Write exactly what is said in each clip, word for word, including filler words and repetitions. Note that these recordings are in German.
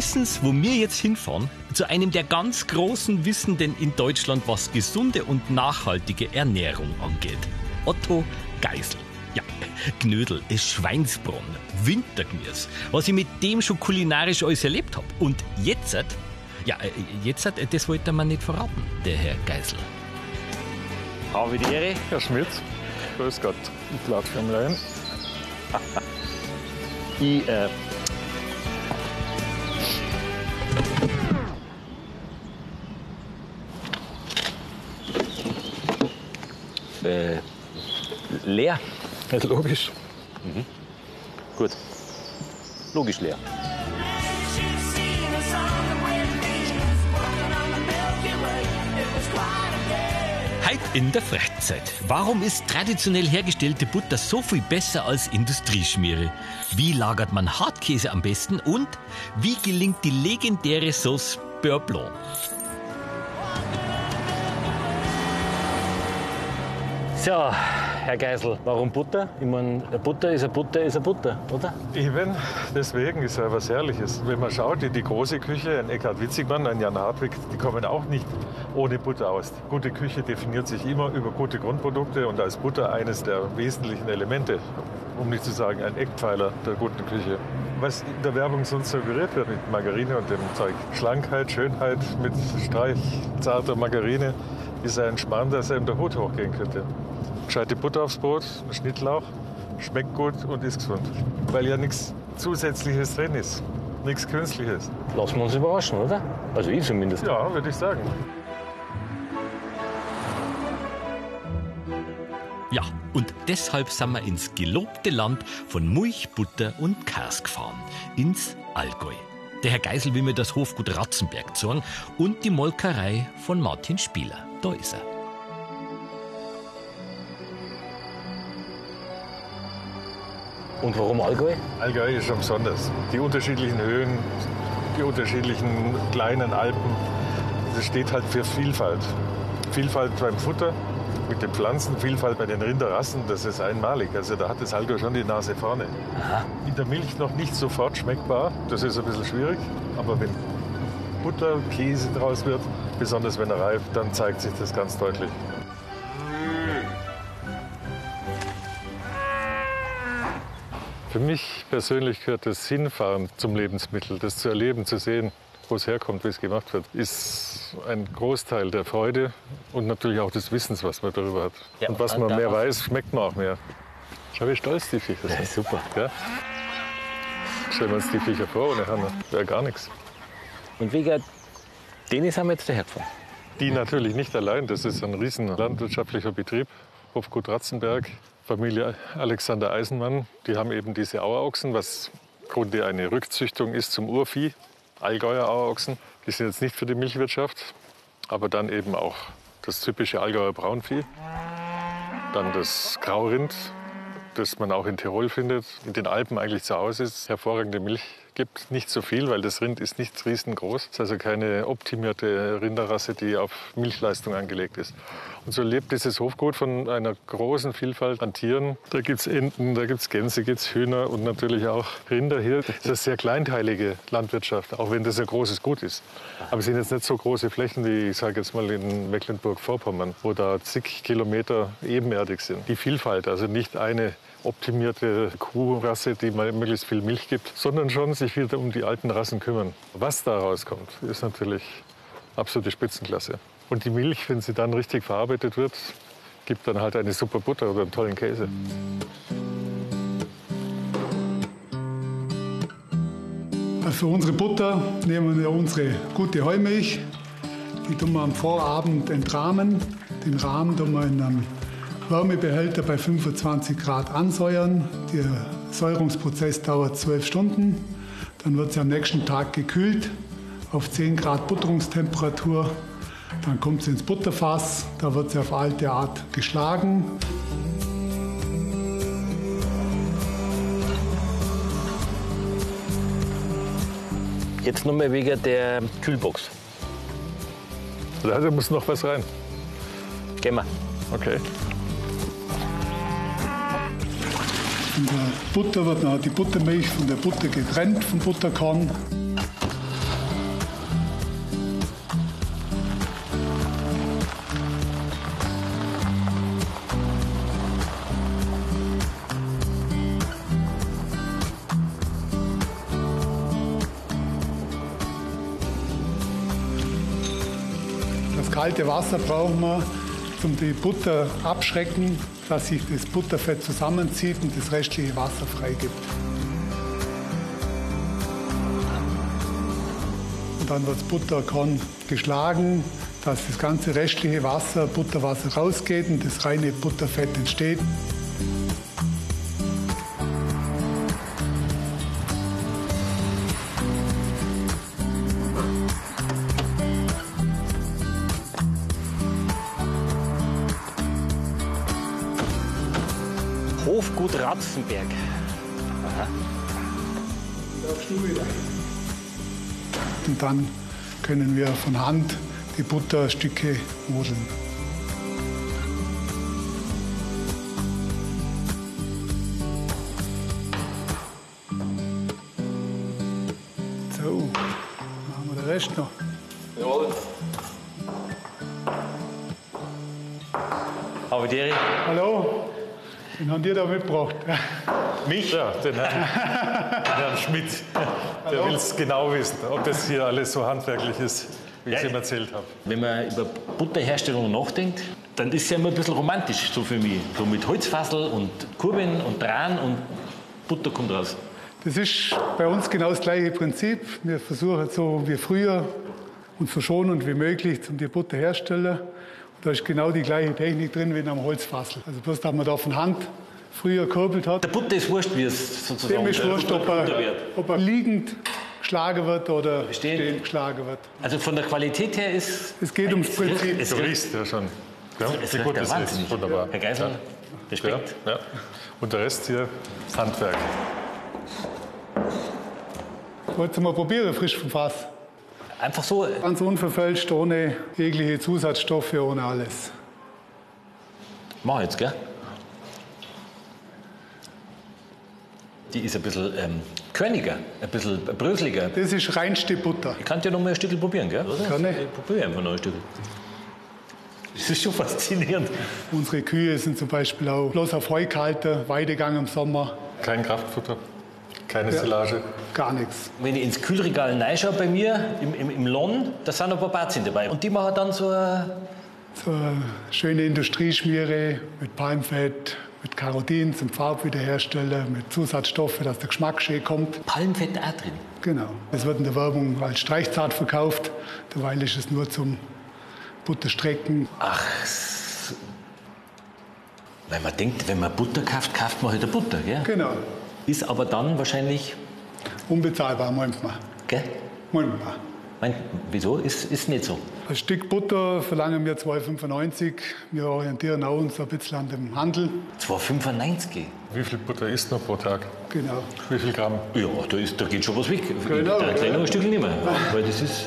wissen Sie, wo wir jetzt hinfahren? Zu einem der ganz großen Wissenden in Deutschland, was gesunde und nachhaltige Ernährung angeht. Otto Geisel. Ja, Knödel, Schweinsbraten, Wintergemüse, was ich mit dem schon kulinarisch alles erlebt habe. Und jetzt, ja, jetzt, das wollte er mir nicht verraten, der Herr Geisel. Habe die Ehre. Herr Schmidt, grüß Gott, ich lade schon rein. Ich, äh, äh, leer. Ja, logisch. Mhm. Gut. Logisch leer. Heute in der Freizeit. Warum ist traditionell hergestellte Butter so viel besser als Industrieschmiere? Wie lagert man Hartkäse am besten? Und wie gelingt die legendäre Sauce Beurre Blanc? So, Herr Geisel, warum Butter? Ich meine, Butter ist eine Butter, ist eine Butter, oder? Eben, deswegen ist ja was Herrliches. Wenn man schaut in die große Küche, ein Eckhard Witzigmann, ein Jan Hartwig, die kommen auch nicht ohne Butter aus. Gute Küche definiert sich immer über gute Grundprodukte und da ist Butter eines der wesentlichen Elemente, um nicht zu sagen ein Eckpfeiler der guten Küche. Was in der Werbung sonst suggeriert wird mit Margarine und dem Zeug, Schlankheit, Schönheit mit streichzarter Margarine, ist ein Schmarrn, dass einem der Hut hochgehen könnte. Gescheite Butter aufs Brot, ein Schnittlauch, schmeckt gut und ist gesund. Weil ja nichts Zusätzliches drin ist, nichts Künstliches. Lassen wir uns überraschen, oder? Also ich zumindest. Ja, würde ich sagen. Ja, und deshalb sind wir ins gelobte Land von Milch, Butter und Käse gefahren. Ins Allgäu. Der Herr Geisel will mir das Hofgut Ratzenberg zeigen und die Molkerei von Martin Spieler. Da ist er. Und warum Allgäu? Allgäu ist schon besonders. Die unterschiedlichen Höhen, die unterschiedlichen kleinen Alpen, das steht halt für Vielfalt. Vielfalt beim Futter, mit den Pflanzen, Vielfalt bei den Rinderrassen, das ist einmalig. Also da hat das Allgäu schon die Nase vorne. Aha. In der Milch noch nicht sofort schmeckbar, das ist ein bisschen schwierig. Aber wenn Butter, Käse draus wird, besonders wenn er reift, dann zeigt sich das ganz deutlich. Für mich persönlich gehört das Hinfahren zum Lebensmittel, das zu erleben, zu sehen, wo es herkommt, wie es gemacht wird, ist ein Großteil der Freude und natürlich auch des Wissens, was man darüber hat. Ja, und was und man mehr darauf- weiß, schmeckt man auch mehr. Schau, wie stolz die Viecher sind. Ja, super. Ja? Stellen wir uns die Viecher vor, ohne Hanna wäre gar nichts. Und wegen denen sind wir jetzt dahergefahren. Die natürlich nicht allein, das ist ein riesen landwirtschaftlicher Betrieb, Hofgut Ratzenberg. Familie Alexander Eisenmann, die haben eben diese Auerochsen, was im Grunde eine Rückzüchtung ist zum Urvieh, Allgäuer Auerochsen. Die sind jetzt nicht für die Milchwirtschaft, aber dann eben auch das typische Allgäuer Braunvieh. Dann das Graurind, das man auch in Tirol findet, in den Alpen eigentlich zu Hause ist, hervorragende Milch gibt. Nicht so viel, weil das Rind ist nicht riesengroß. Es ist also keine optimierte Rinderrasse, die auf Milchleistung angelegt ist. Und so lebt dieses Hofgut von einer großen Vielfalt an Tieren. Da gibt es Enten, da gibt es Gänse, gibt es Hühner und natürlich auch Rinder hier. Das ist eine sehr kleinteilige Landwirtschaft, auch wenn das ein großes Gut ist. Aber es sind jetzt nicht so große Flächen wie, ich sage jetzt mal, in Mecklenburg-Vorpommern, wo da zig Kilometer ebenerdig sind. Die Vielfalt, also nicht eine optimierte Kuhrasse, die mal möglichst viel Milch gibt, sondern schon sich wieder um die alten Rassen kümmern. Was da rauskommt, ist natürlich absolute Spitzenklasse. Und die Milch, wenn sie dann richtig verarbeitet wird, gibt dann halt eine super Butter oder einen tollen Käse. Für unsere Butter nehmen wir unsere gute Heumilch. Die tun wir am Vorabend entrahmen. Den Rahmen tun wir in einem Wärmebehälter bei fünfundzwanzig Grad ansäuern. Der Säuerungsprozess dauert zwölf Stunden. Dann wird sie am nächsten Tag gekühlt auf zehn Grad Butterungstemperatur. Dann kommt sie ins Butterfass. Da wird sie auf alte Art geschlagen. Jetzt noch mal wegen der Kühlbox. Da muss noch was rein. Gehen wir. Okay. In der Butter wird noch die Buttermilch von der Butter getrennt vom Butterkorn. Das kalte Wasser brauchen wir, um die Butter abschrecken, dass sich das Butterfett zusammenzieht und das restliche Wasser freigibt. Und dann wird das Butterkorn geschlagen, dass das ganze restliche Wasser, Butterwasser rausgeht und das reine Butterfett entsteht. Hofgut Ratzenberg. Aha. Und dann können wir von Hand die Butterstücke modeln. So, dann haben wir den Rest noch. Jawohl. Aber Deri. Hallo, den haben die da mitgebracht. Mich? Ja, den Herrn, den Herrn Schmidt. Der will es genau wissen, ob das hier alles so handwerklich ist, wie ich Ja, ihm erzählt habe. Wenn man über Butterherstellung nachdenkt, dann ist es ja immer ein bisschen romantisch, so für mich. So mit Holzfassel und Kurbeln und Drahen und Butter kommt raus. Das ist bei uns genau das gleiche Prinzip. Wir versuchen so wie früher und so schonend wie möglich um die Butter herzustellen. Und da ist genau die gleiche Technik drin wie am Holzfassel. Also bloß, dass man da von Hand früher gekurbelt hat. Der Butter ist wurscht, wie es sozusagen Dem ist wurscht, ob er, Butter wird. ob er liegend geschlagen wird oder Stehen. stehend geschlagen wird. Also von der Qualität her ist... Es geht ums Prinzip. Es Du riecht, riechst ja schon. Ja, es wie riecht gut ja das ist. wahnsinnig. Wunderbar. Herr Geisel, Ja. Respekt. Ja, ja. Und der Rest hier, Handwerk. Wolltest du mal probieren, frisch vom Fass? Einfach so, Ganz unverfälscht, ohne jegliche Zusatzstoffe, ohne alles. mach jetzt, gell? Die ist ein bisschen ähm, körniger, ein bisschen bröseliger. Das ist reinste Butter. Ich kann ja noch mal ein Stück probieren, gell? Oder? Kann ich. Probier einfach noch ein Stück. Das ist schon faszinierend. Unsere Kühe sind zum Beispiel auch bloß auf Heu gehalten, Weidegang im Sommer, Kein Kraftfutter, keine Ja. Silage. gar nichts. Wenn ich ins Kühlregal reinschaue bei mir im, im, im Lon, da sind ein paar Bazien dabei. Und die machen dann so ein So eine schöne Industrieschmiere mit Palmfett, mit Carotin zum Farbwiederherstellen, mit Zusatzstoffen, dass der Geschmack schön kommt. Palmfett auch drin. Genau. Es wird in der Werbung als Streichzart verkauft. Derweil ist es nur zum Butterstrecken. Ach, so. Weil man denkt, wenn man Butter kauft, kauft man halt eine Butter, gell? Genau. Ist aber dann wahrscheinlich, Unbezahlbar manchmal. gell? Manchmal. Mein, wieso? Ist, ist nicht so. Ein Stück Butter verlangen wir zwei Euro fünfundneunzig. Wir orientieren auch uns ein bisschen an dem Handel. zwei Euro fünfundneunzig. Wie viel Butter isst noch pro Tag? Genau. Wie viel Gramm? Ja, da, ist, da geht schon was weg. Genau, da gleich ja. noch ein Stück nicht mehr. Weil das ist...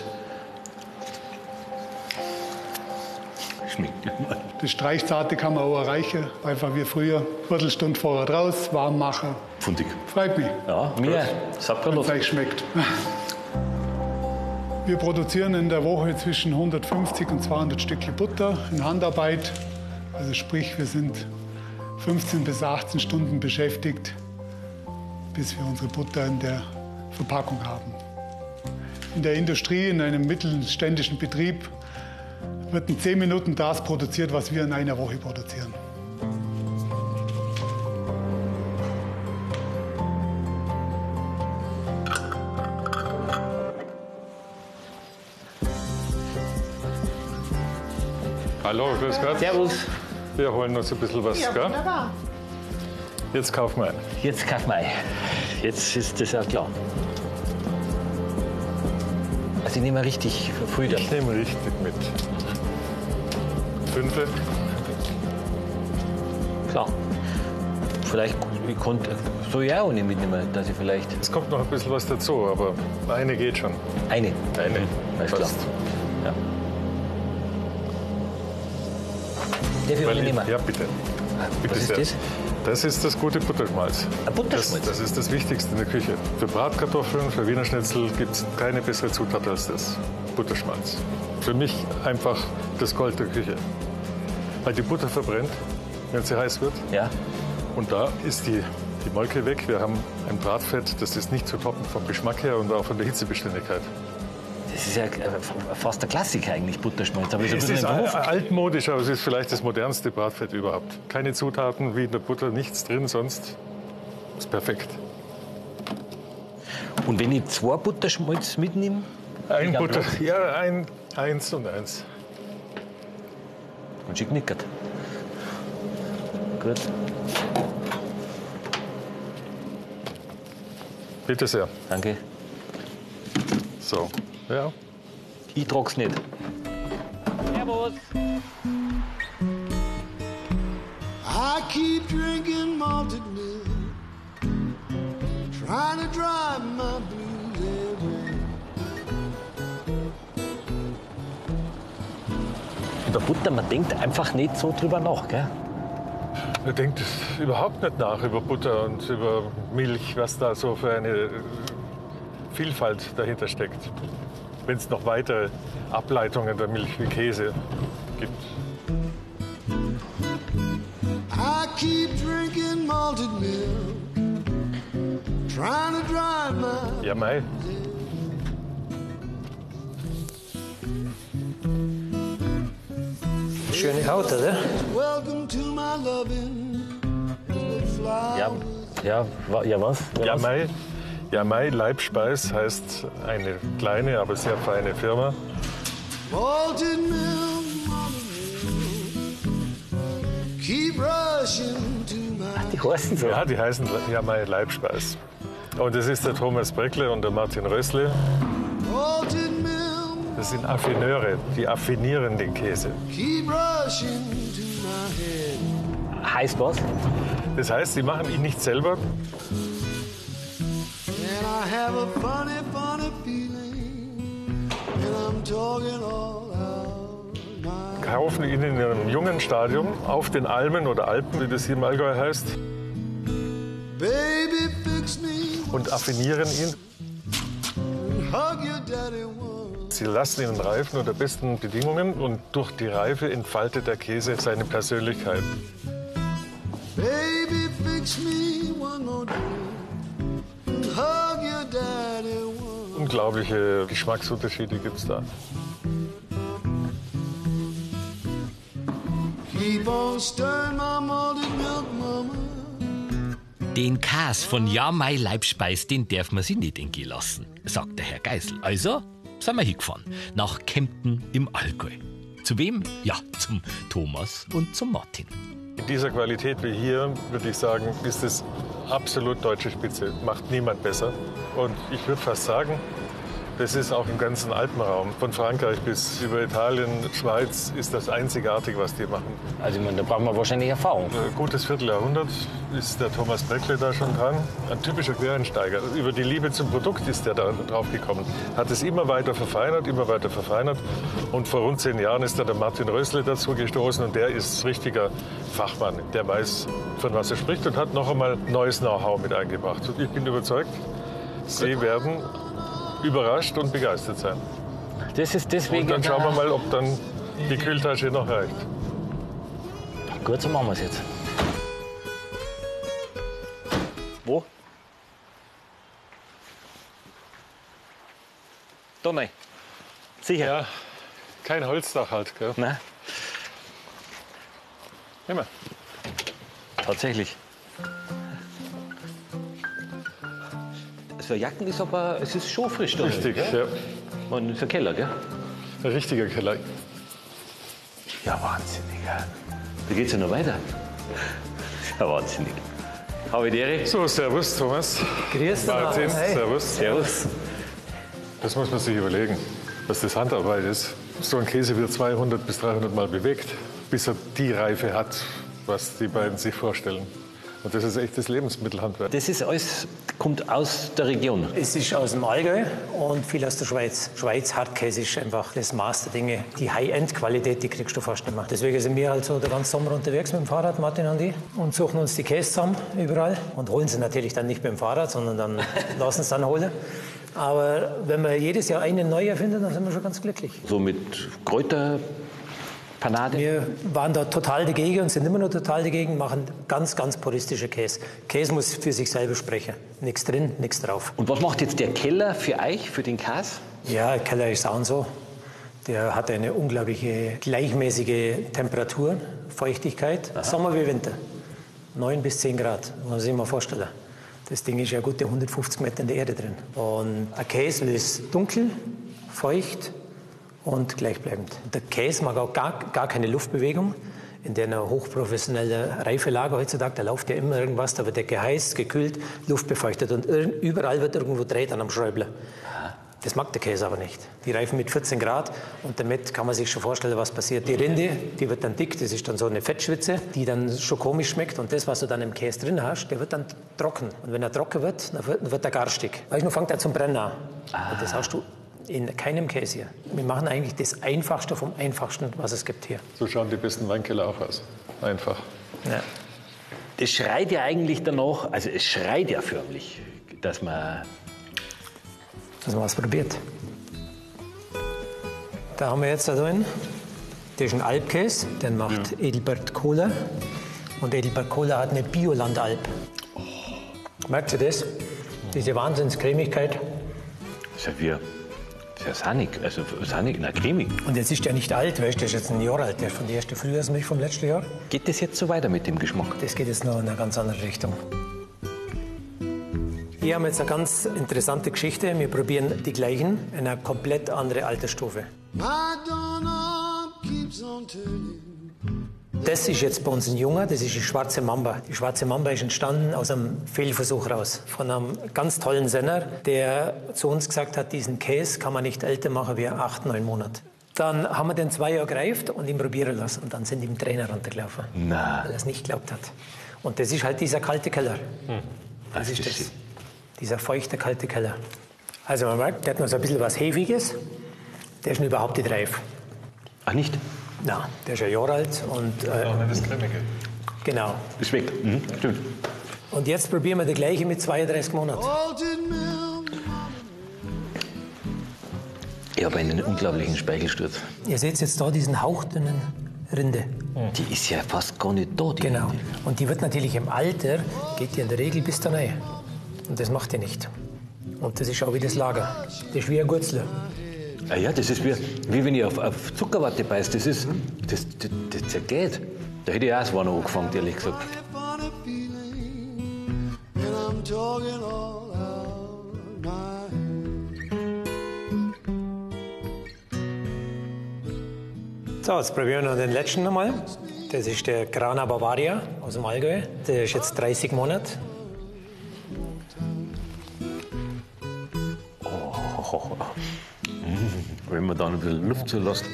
Schmeckt. Das Streichzarte kann man auch erreichen. Einfach wie früher. Viertelstunde vorher raus, warm machen. Fundig. Freut mich, Ja, mir. Sagt wenn man es euch schmeckt. Wir produzieren in der Woche zwischen hundertfünfzig und zweihundert Stückchen Butter in Handarbeit. Also sprich, wir sind fünfzehn bis achtzehn Stunden beschäftigt, bis wir unsere Butter in der Verpackung haben. In der Industrie, in einem mittelständischen Betrieb, wird in zehn Minuten das produziert, was wir in einer Woche produzieren. Hallo, grüß Gott. Servus. Wir holen uns ein bisschen was, Ja, gell? wunderbar. Jetzt kaufen wir ein. Jetzt kaufen wir ein. Jetzt ist das auch klar. Also ich nehme richtig früh dann. Ich nehme richtig mit. Fünfe. Klar. Vielleicht, ich konnte Soja auch nicht mitnehmen, dass ich vielleicht Es kommt noch ein bisschen was dazu, aber eine geht schon. eine. Eine. Alles klar. Passt. Ja. Darf ich Weil eine ich, nehmen? ja, bitte. bitte Was ist sehr. das? Das ist das gute Butterschmalz. Ein Butterschmalz? Das, das ist das Wichtigste in der Küche. Für Bratkartoffeln, für Wiener Schnitzel gibt es keine bessere Zutat als das. Butterschmalz. Für mich einfach das Gold der Küche. Weil die Butter verbrennt, wenn sie heiß wird. Ja. Und da ist die, die Molke weg. Wir haben ein Bratfett, das ist nicht zu toppen vom Geschmack her und auch von der Hitzebeständigkeit. Das ist ja fast der Klassiker eigentlich, Butterschmalz. Aber es ist altmodisch, aber es ist vielleicht das modernste Bratfett überhaupt. Keine Zutaten wie in der Butter, nichts drin, sonst ist perfekt. Und wenn ich zwei Butterschmalz mitnehme? Ein Butter, ja, ein, eins und eins. Und schick nickert. Gut. Bitte sehr. Danke. So, ja. Ich trag's nicht. Servus. I keep drinking malted milk, trying to drive my blues away. Über Butter, man denkt einfach nicht so drüber nach, gell? Man denkt überhaupt nicht nach über Butter und über Milch, was da so für eine Vielfalt dahinter steckt. Wenn es noch weitere Ableitungen der Milch wie Käse gibt. I keep drinking malted milk, trying to drive my... Ja, mei. Schöne Haut, oder? Welcome to my loving. Ja, ja, wa- ja was? Ja, Ja, was? mei. Ja, mei Leibspeis heißt eine kleine, aber sehr feine Firma. Malted milk, malted milk, keep rushing to my... Die heißen so. Ja, die heißen Ja, mei Leibspeis. Und das ist der Thomas Breckle und der Martin Rössle. Malted milk, Das sind Affineure, die affinieren den Käse. keep rushing to my head. Heißt was? Das heißt, sie machen ihn nicht selber, And I have a funny, funny feeling, and I'm talking all out my... kaufen ihn in einem jungen Stadium auf den Almen oder Alpen, wie das hier im Allgäu heißt, Baby, fix me und affinieren ihn. and hug your daddy once. Sie lassen ihn reifen unter besten Bedingungen und durch die Reife entfaltet der Käse seine Persönlichkeit. Baby, fix me one more time and hug your daddy once. Unglaubliche Geschmacksunterschiede gibt es da. Keep on stirring my malted milk, mama. Den Käse von Ja Mei Leibspeis, den darf man sich nicht entgehen lassen, sagt der Herr Geisel. Also sind wir hingefahren, nach Kempten im Allgäu. Zu wem? Ja, zum Thomas und zum Martin. In dieser Qualität wie hier, würde ich sagen, ist es absolut deutsche Spitze. Macht niemand besser. Und ich würde fast sagen, das ist auch im ganzen Alpenraum. Von Frankreich bis über Italien, Schweiz ist das einzigartig, was die machen. Also ich meine, da brauchen wir wahrscheinlich Erfahrung. Ein gutes Vierteljahrhundert ist der Thomas Breckle da schon dran. Ein typischer Quereinsteiger. Über die Liebe zum Produkt ist der da drauf gekommen. Hat es immer weiter verfeinert, immer weiter verfeinert. Und vor rund zehn Jahren ist dann der Martin Rössle dazu gestoßen. Und der ist richtiger Fachmann. Der weiß, von was er spricht und hat noch einmal neues Know-how mit eingebracht. Und ich bin überzeugt, Sie werden überrascht und begeistert sein. Das ist deswegen... Und dann schauen wir mal, ob dann die Kühltasche noch reicht. Gut, so machen wir es jetzt. Wo? Da nein. Sicher? Ja, kein Holzdach halt, gell? Nein, Immer. tatsächlich. So Jacken ist aber, es ist schon frisch da. Richtig, gell? ja. Und ist ein Keller, gell? Ein richtiger Keller. Ja, wahnsinnig. Ja. Da geht's ja noch weiter. Ja, wahnsinnig. Habe ich die Ehre? So, servus, Thomas. Grüß dich. Martin, Hey. servus. Servus. Das muss man sich überlegen, was das Handarbeit ist. So ein Käse wird zweihundert bis dreihundert Mal bewegt, bis er die Reife hat, was die beiden sich vorstellen. Und das ist echt das Lebensmittelhandwerk. Das ist alles, kommt aus der Region. Es ist aus dem Allgäu und viel aus der Schweiz. Schweiz Hartkäse ist einfach das Maß der Dinge. Die High-End-Qualität, die kriegst du fast nicht mehr. Deswegen sind wir halt so den ganzen Sommer unterwegs mit dem Fahrrad, Martin und ich, und suchen uns die Käse zusammen überall und holen sie natürlich dann nicht mit dem Fahrrad, sondern dann lassen es dann holen. Aber wenn man jedes Jahr einen neu erfindet, dann sind wir schon ganz glücklich. So mit Kräuter, Panade? Wir waren da total dagegen und sind immer noch total dagegen, machen ganz, ganz puristische Käse. Käse muss für sich selber sprechen. Nichts drin, nichts drauf. Und was macht jetzt der Keller für euch, für den Käse? Ja, der Keller ist auch so. Der hat eine unglaubliche gleichmäßige Temperatur, Feuchtigkeit, Aha. Sommer wie Winter. neun bis zehn Grad, muss man sich mal vorstellen. Das Ding ist ja gute hundertfünfzig Meter in der Erde drin. Und ein Käse ist dunkel, feucht und gleichbleibend. Der Käse mag auch gar, gar keine Luftbewegung. In der hochprofessionellen Reifelager heutzutage, da läuft ja immer irgendwas, da wird der geheizt, gekühlt, luftbefeuchtet und überall wird irgendwo dreht an einem Schräubler. Das mag der Käse aber nicht. Die reifen mit vierzehn Grad und damit kann man sich schon vorstellen, was passiert. Die Rinde, die wird dann dick, das ist dann so eine Fettschwitze, die dann schon komisch schmeckt. Und das, was du dann im Käse drin hast, der wird dann trocken. Und wenn er trocken wird, dann wird, dann wird er garstig. Weißt du, dann fängt er zum Brennen an. Ah. Und das hast du in keinem Käse hier. Wir machen eigentlich das Einfachste vom Einfachsten, was es gibt hier. So schauen die besten Weinkeller auch aus. Einfach. Ja. Das schreit ja eigentlich danach, also es schreit ja förmlich, dass man... dass man was probiert. Da haben wir jetzt da drin, das ist ein Alpkäse, den macht ja. Edelbert Kohler. Und Edelbert Kohler hat eine Biolandalp. Oh. Merkt ihr das? Diese Wahnsinnscremigkeit. Das ist ja wie, das ist ja sahnig, also sahnig, na cremig. Und jetzt ist der nicht alt, weißt du, der ist jetzt ein Jahr alt, der ist von der ersten Frühjahrsmilch vom letzten Jahr. Geht das jetzt so weiter mit dem Geschmack? Das geht jetzt noch in eine ganz andere Richtung. Hier haben wir jetzt eine ganz interessante Geschichte. Wir probieren die gleichen in einer komplett anderen Altersstufe. Das ist jetzt bei uns ein Junger, das ist die schwarze Mamba. Die schwarze Mamba ist entstanden aus einem Fehlversuch raus. Von einem ganz tollen Senner, der zu uns gesagt hat, diesen Käse kann man nicht älter machen wie acht, neun Monate. Dann haben wir den zwei Jahre gereift und ihn probieren lassen. Und dann sind ihm Trainer runtergelaufen, Na. weil er es nicht geglaubt hat. Und das ist halt dieser kalte Keller. Hm. Das ist das. Dieser feuchte, kalte Keller. Also man merkt, der hat noch so ein bisschen was Hefiges. Der ist noch überhaupt nicht reif. Ach nicht? Nein, der ist ein Jahr alt. Und, äh, auch nicht das Cremige. Genau. Ist weg. Mhm. Stimmt. Und jetzt probieren wir das Gleiche mit zweiunddreißig Monaten. Ich habe einen unglaublichen Speichelsturz. Ihr seht jetzt da diesen hauchdünnen Rinde. Die ist ja fast gar nicht da. Die Genau. Rinde. Und die wird natürlich im Alter, geht die in der Regel bis da rein. Und das macht ihr nicht. Und das ist auch wie das Lager. Das ist wie ein Gurzler. Ah ja, das ist wie, wie wenn ich auf, auf Zuckerwatte beiß. Das ist, das, das, das zergeht. Da hätte ich auch das Wein angefangen, ehrlich gesagt. So, jetzt probieren wir noch den letzten nochmal. Das ist der Grana Bavaria aus dem Allgäu. Der ist jetzt dreißig Monate. Wenn man da ein bisschen Luft zulässt.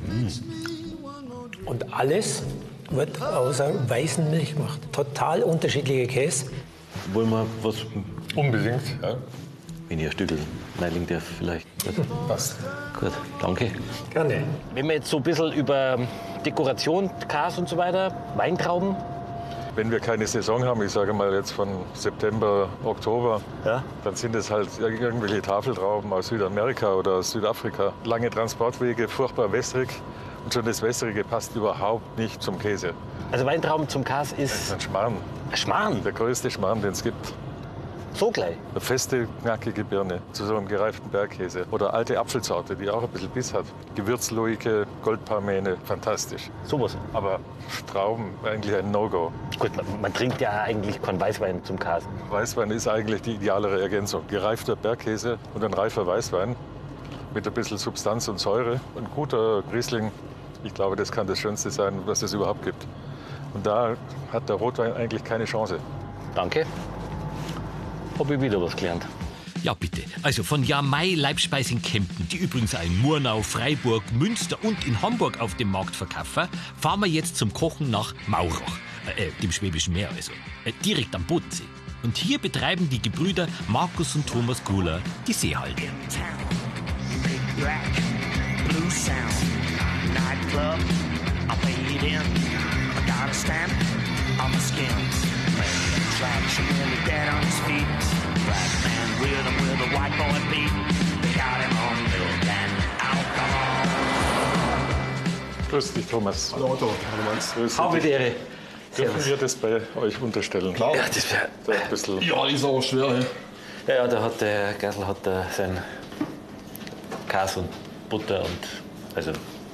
Mm. Und alles wird aus einer weißen Milch gemacht. Total unterschiedliche Käse. Wollen wir was? Unbedingt, ja. Wenn ich ein Stückchen reinlegen darf, vielleicht. Passt. Gut, danke. Gerne. Wenn wir jetzt so ein bisschen über Dekoration, Käse und so weiter, Weintrauben. Wenn wir keine Saison haben, ich sage mal jetzt von September, Oktober, ja. dann sind es halt irgendwelche Tafeltrauben aus Südamerika oder aus Südafrika. Lange Transportwege, furchtbar wässrig. Und schon das Wässrige passt überhaupt nicht zum Käse. Also Weintrauben zum Käse ist... Das ist ein Schmarrn. Ein Schmarrn? Der größte Schmarrn, den es gibt. So gleich? Eine feste, knackige Birne zu so einem gereiften Bergkäse. Oder alte Apfelsorte, die auch ein bisschen Biss hat. Gewürzluike, Goldparmene, fantastisch. Sowas. Aber Trauben, eigentlich ein No-Go. Gut, man, man trinkt ja eigentlich keinen Weißwein zum Käse. Weißwein ist eigentlich die idealere Ergänzung. Gereifter Bergkäse und ein reifer Weißwein mit ein bisschen Substanz und Säure. Ein guter Riesling, ich glaube, das kann das Schönste sein, was es überhaupt gibt. Und da hat der Rotwein eigentlich keine Chance. Danke. Habe ich wieder was gelernt. Ja, bitte. Also von Jamai Leibspeis in Kempten, die übrigens auch in Murnau, Freiburg, Münster und in Hamburg auf dem Markt verkaufen, fahren wir jetzt zum Kochen nach Maurach, äh, dem Schwäbischen Meer also, äh, direkt am Bodensee. Und hier betreiben die Gebrüder Markus und Thomas Guler die Seehalde. Grüß dich, Thomas. Hallo Otto. Hallo Max. Grüß Habe dich. die Ehre. Dürfen wir das bei euch unterstellen? Klar. Ja, das wäre. So ein bisschen. Ja, ist aber schwer. He? Ja, ja, da hat der Geisel hat äh, sein Käse und Butter und. Also.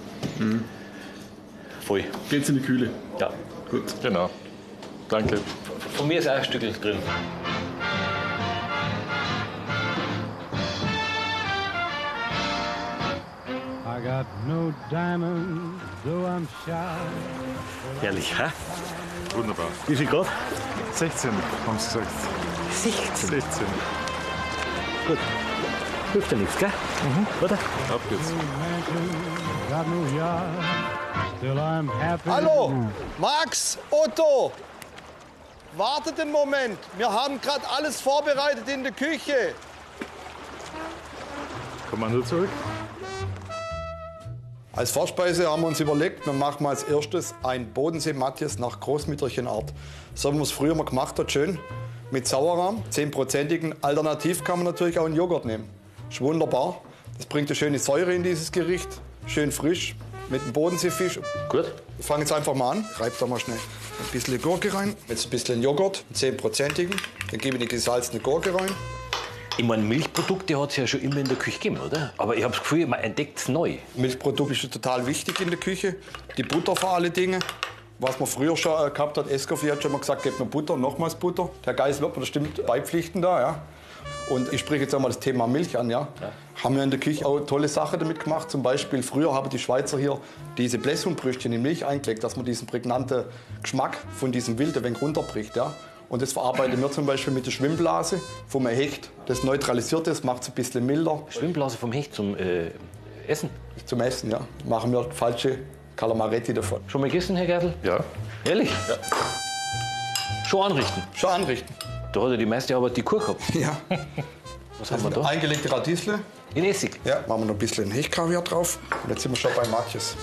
Voll. Geht's in die Kühle. Ja. Gut. Genau. Danke. Von mir ist auch ein Stück drin. I got no diamonds, though I'm shy. Herrlich, hä? Wunderbar. Wie viel Grad? sechzehn, haben Sie gesagt. sechzehn. sechzehn. Gut. Hilft ja nichts, gell? Mhm. Oder? Ab geht's. Got no yard, still I'm happy. Hallo, Max, Otto, wartet einen Moment. Wir haben gerade alles vorbereitet in der Küche. Kommando zurück. Als Vorspeise haben wir uns überlegt, wir machen als erstes ein Bodensee-Matjes nach Großmütterchenart. So wie man es früher mal gemacht hat, schön mit Sauerrahm, zehnprozentigen. Alternativ kann man natürlich auch einen Joghurt nehmen. Ist wunderbar. Das bringt eine schöne Säure in dieses Gericht. Schön frisch mit dem Bodenseefisch. Gut. Wir fangen jetzt einfach mal an. Reibt da mal schnell ein bisschen Gurke rein. Jetzt ein bisschen Joghurt, einen zehnprozentigen. Dann gebe ich die gesalzene Gurke rein. Ich meine, Milchprodukte hat es ja schon immer in der Küche gegeben, oder? Aber ich habe das Gefühl, man entdeckt es neu. Milchprodukt ist total wichtig in der Küche. Die Butter vor allen Dingen. Was man früher schon äh, gehabt hat, Escoffier hat schon mal gesagt, gebt mir Butter, nochmals Butter. Der Geist wird mir bestimmt beipflichten da, ja. Und ich spreche jetzt einmal das Thema Milch an, ja. ja. Haben wir in der Küche auch tolle Sachen damit gemacht. Zum Beispiel, früher haben die Schweizer hier diese Blässhuhnbrüstchen in Milch eingelegt, dass man diesen prägnanten Geschmack von diesem Wild ein wenig runterbricht, ja. Und das verarbeiten wir zum Beispiel mit der Schwimmblase vom Hecht. Das neutralisiert es, macht es ein bisschen milder. Schwimmblase vom Hecht zum äh, Essen? Zum Essen, ja. Machen wir falsche Calamaretti davon. Schon mal gegessen, Herr Gerdl? Ja. Ehrlich? Ja. Schon anrichten? Schon anrichten. Da hat er die meiste Arbeit die Kuh gehabt. Ja. Was haben wir da? Eingelegte Radieschen. In Essig? Ja, machen wir noch ein bisschen Hechtkaviar drauf. Und jetzt sind wir schon bei Matjes.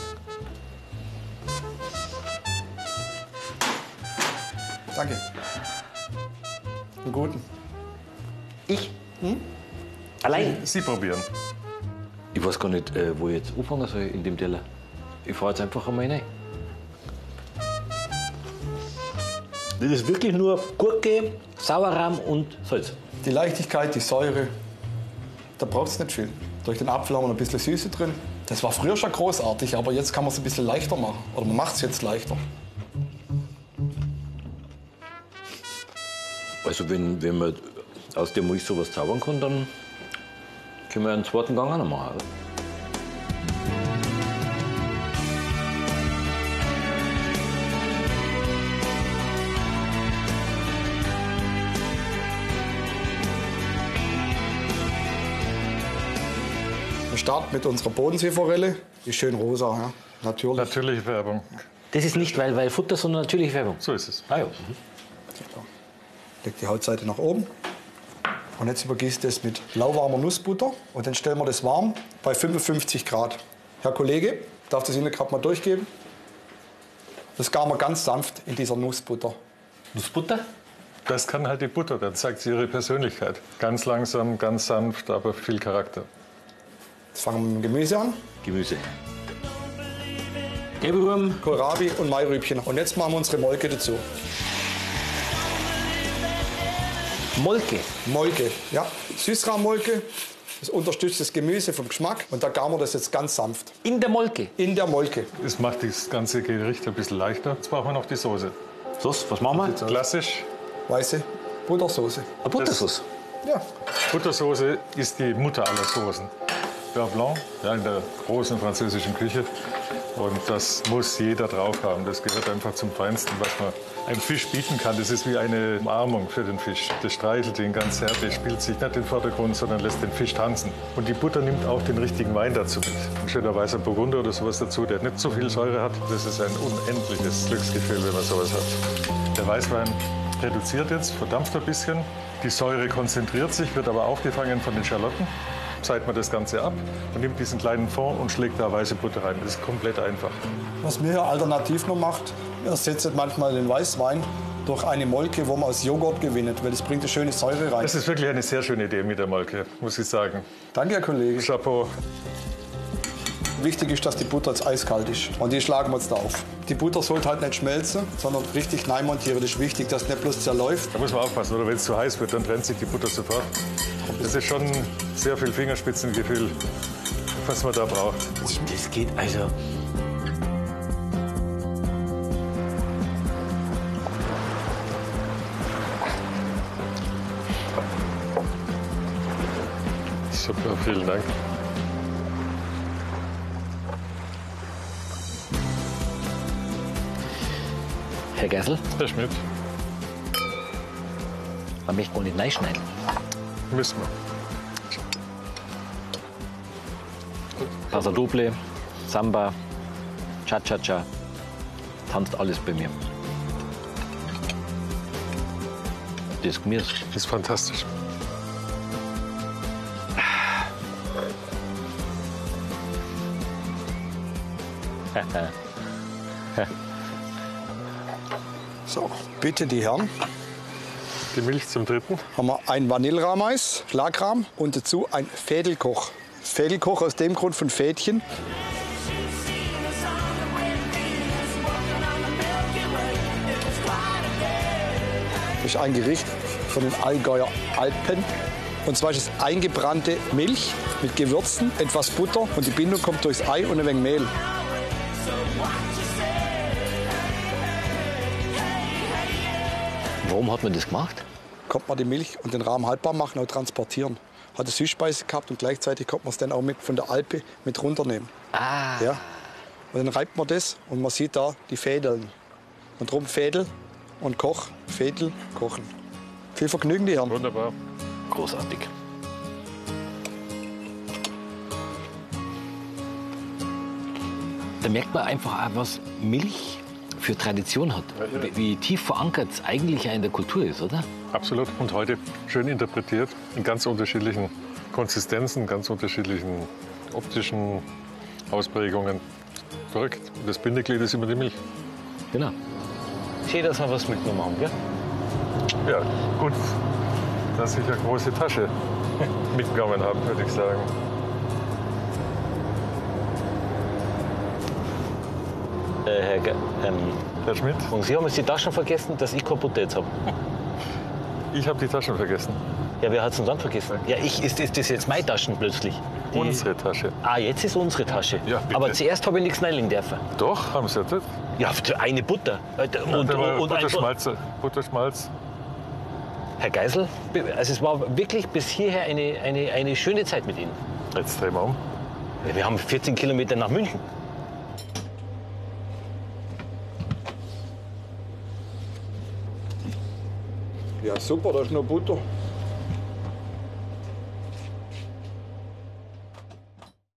Danke. Einen guten. Ich? Hm? Allein? Sie probieren. Ich weiß gar nicht, äh, wo ich jetzt anfangen soll in dem Teller. Ich fahre jetzt einfach einmal rein. Das ist wirklich nur Gurke, Sauerrahm und Salz. Die Leichtigkeit, die Säure, da braucht es nicht viel. Durch den Apfel haben wir noch ein bisschen Süße drin. Das war früher schon großartig, aber jetzt kann man es ein bisschen leichter machen. Oder man macht es jetzt leichter. Also wenn, wenn man aus der Milch sowas zaubern kann, dann können wir einen zweiten Gang auch noch machen. Oder? Wir starten mit unserer Bodenseeforelle. Die ist schön rosa, ja. Natürlich. Natürliche Färbung. Das ist nicht weil, weil Futter, sondern natürliche Färbung. So ist es. Ah, ja. Leg die Hautseite nach oben. Und jetzt übergießt es mit lauwarmer Nussbutter. Und dann stellen wir das warm bei fünfundfünfzig Grad. Herr Kollege, darf das Ihnen gerade mal durchgeben? Das garen wir ganz sanft in dieser Nussbutter. Nussbutter? Das kann halt die Butter, dann zeigt sie ihre Persönlichkeit. Ganz langsam, ganz sanft, aber viel Charakter. Jetzt fangen wir mit dem Gemüse an. Gemüse. Gelbwurm. Kohlrabi und Mairübchen. Und jetzt machen wir unsere Molke dazu. Molke. Molke, ja. Süßrahmmolke. Das unterstützt das Gemüse vom Geschmack. Und da garen wir das jetzt ganz sanft. In der Molke? In der Molke. Das macht das ganze Gericht ein bisschen leichter. Jetzt brauchen wir noch die Soße. Sauce, was machen wir? Klassisch. Weiße Buttersoße. Eine Buttersauce? Ja. Buttersoße ist die Mutter aller Soßen. Beurre Blanc, ja, in der großen französischen Küche. Und das muss jeder drauf haben. Das gehört einfach zum Feinsten, was man einem Fisch bieten kann. Das ist wie eine Umarmung für den Fisch. Das streichelt ihn ganz zärtlich, spielt sich nicht in den Vordergrund, sondern lässt den Fisch tanzen. Und die Butter nimmt auch den richtigen Wein dazu mit. Ein schöner weißer Burgunder oder sowas dazu, der nicht so viel Säure hat. Das ist ein unendliches Glücksgefühl, wenn man sowas hat. Der Weißwein reduziert jetzt, verdampft ein bisschen. Die Säure konzentriert sich, wird aber aufgefangen von den Schalotten. Zeiht man das Ganze ab und nimmt diesen kleinen Fond und schlägt da weiße Butter rein. Das ist komplett einfach. Was mir hier alternativ noch macht, ersetzt manchmal den Weißwein durch eine Molke, wo man aus Joghurt gewinnt, weil das bringt eine schöne Säure rein. Das ist wirklich eine sehr schöne Idee mit der Molke, muss ich sagen. Danke, Herr Kollege. Chapeau. Wichtig ist, dass die Butter jetzt eiskalt ist. Und die schlagen wir jetzt auf. Die Butter sollte halt nicht schmelzen, sondern richtig reinmontieren. Das ist wichtig, dass es nicht bloß zerläuft. Da muss man aufpassen, oder wenn es zu heiß wird, dann trennt sich die Butter sofort. Das ist schon sehr viel Fingerspitzengefühl, was man da braucht. Das geht also. Super, vielen Dank. Herr Geisel, Herr Schmidt, man möchte wohl nicht reinschneiden. müssen wir. Paso Doble, Samba, Cha-Cha-Cha, tanzt alles bei mir. Das Gemüse. Das ist fantastisch. So, bitte die Herren. Die Milch zum dritten. Haben wir ein Vanillerahmeis, Schlagrahm und dazu ein Fädelkoch. Fädelkoch aus dem Grund von Fädchen. Das ist ein Gericht von den Allgäuer Alpen. Und zwar ist es eingebrannte Milch mit Gewürzen, etwas Butter und die Bindung kommt durchs Ei und ein wenig Mehl. Warum hat man das gemacht? Konnte man die Milch und den Rahm haltbar machen und transportieren. Hat eine Süßspeise gehabt und gleichzeitig konnte man es dann auch mit von der Alpe mit runternehmen. Ah. Ja. Und dann reibt man das und man sieht da die Fädeln. Und drum Fädel und Koch, Fädel, kochen. Viel Vergnügen, die Herren. Wunderbar. Großartig. Da merkt man einfach auch, was Milch für Tradition hat. Wie, wie tief verankert es eigentlich auch in der Kultur ist, oder? Absolut. Und heute schön interpretiert in ganz unterschiedlichen Konsistenzen, ganz unterschiedlichen optischen Ausprägungen. Verrückt. Und das Bindeglied ist immer die Milch. Genau. Schön, dass wir was mitgenommen haben, gell? Ja, gut, dass ich eine große Tasche mitgenommen habe, würde ich sagen. Äh, Herr, Ge ähm, Herr Schmidt, und Sie haben jetzt die Taschen vergessen, dass ich keine Butter jetzt habe. ich habe die Taschen vergessen. Ja, wer hat es denn dann vergessen? Ja, ich, ist, ist das jetzt meine Taschen plötzlich? Die, Unsere Tasche. Ah, jetzt ist unsere Tasche. Ja, bitte. Aber zuerst habe ich nichts reinlegen dürfen. Doch, haben Sie das? Ja, eine Butter. Und, Ja, und, da war und ein, Butterschmalz, Butterschmalz. Herr Geisel, also es war wirklich bis hierher eine, eine, eine schöne Zeit mit Ihnen. Jetzt drehen wir um. Ja, wir haben vierzehn Kilometer nach München. Ja, super, da ist noch Butter.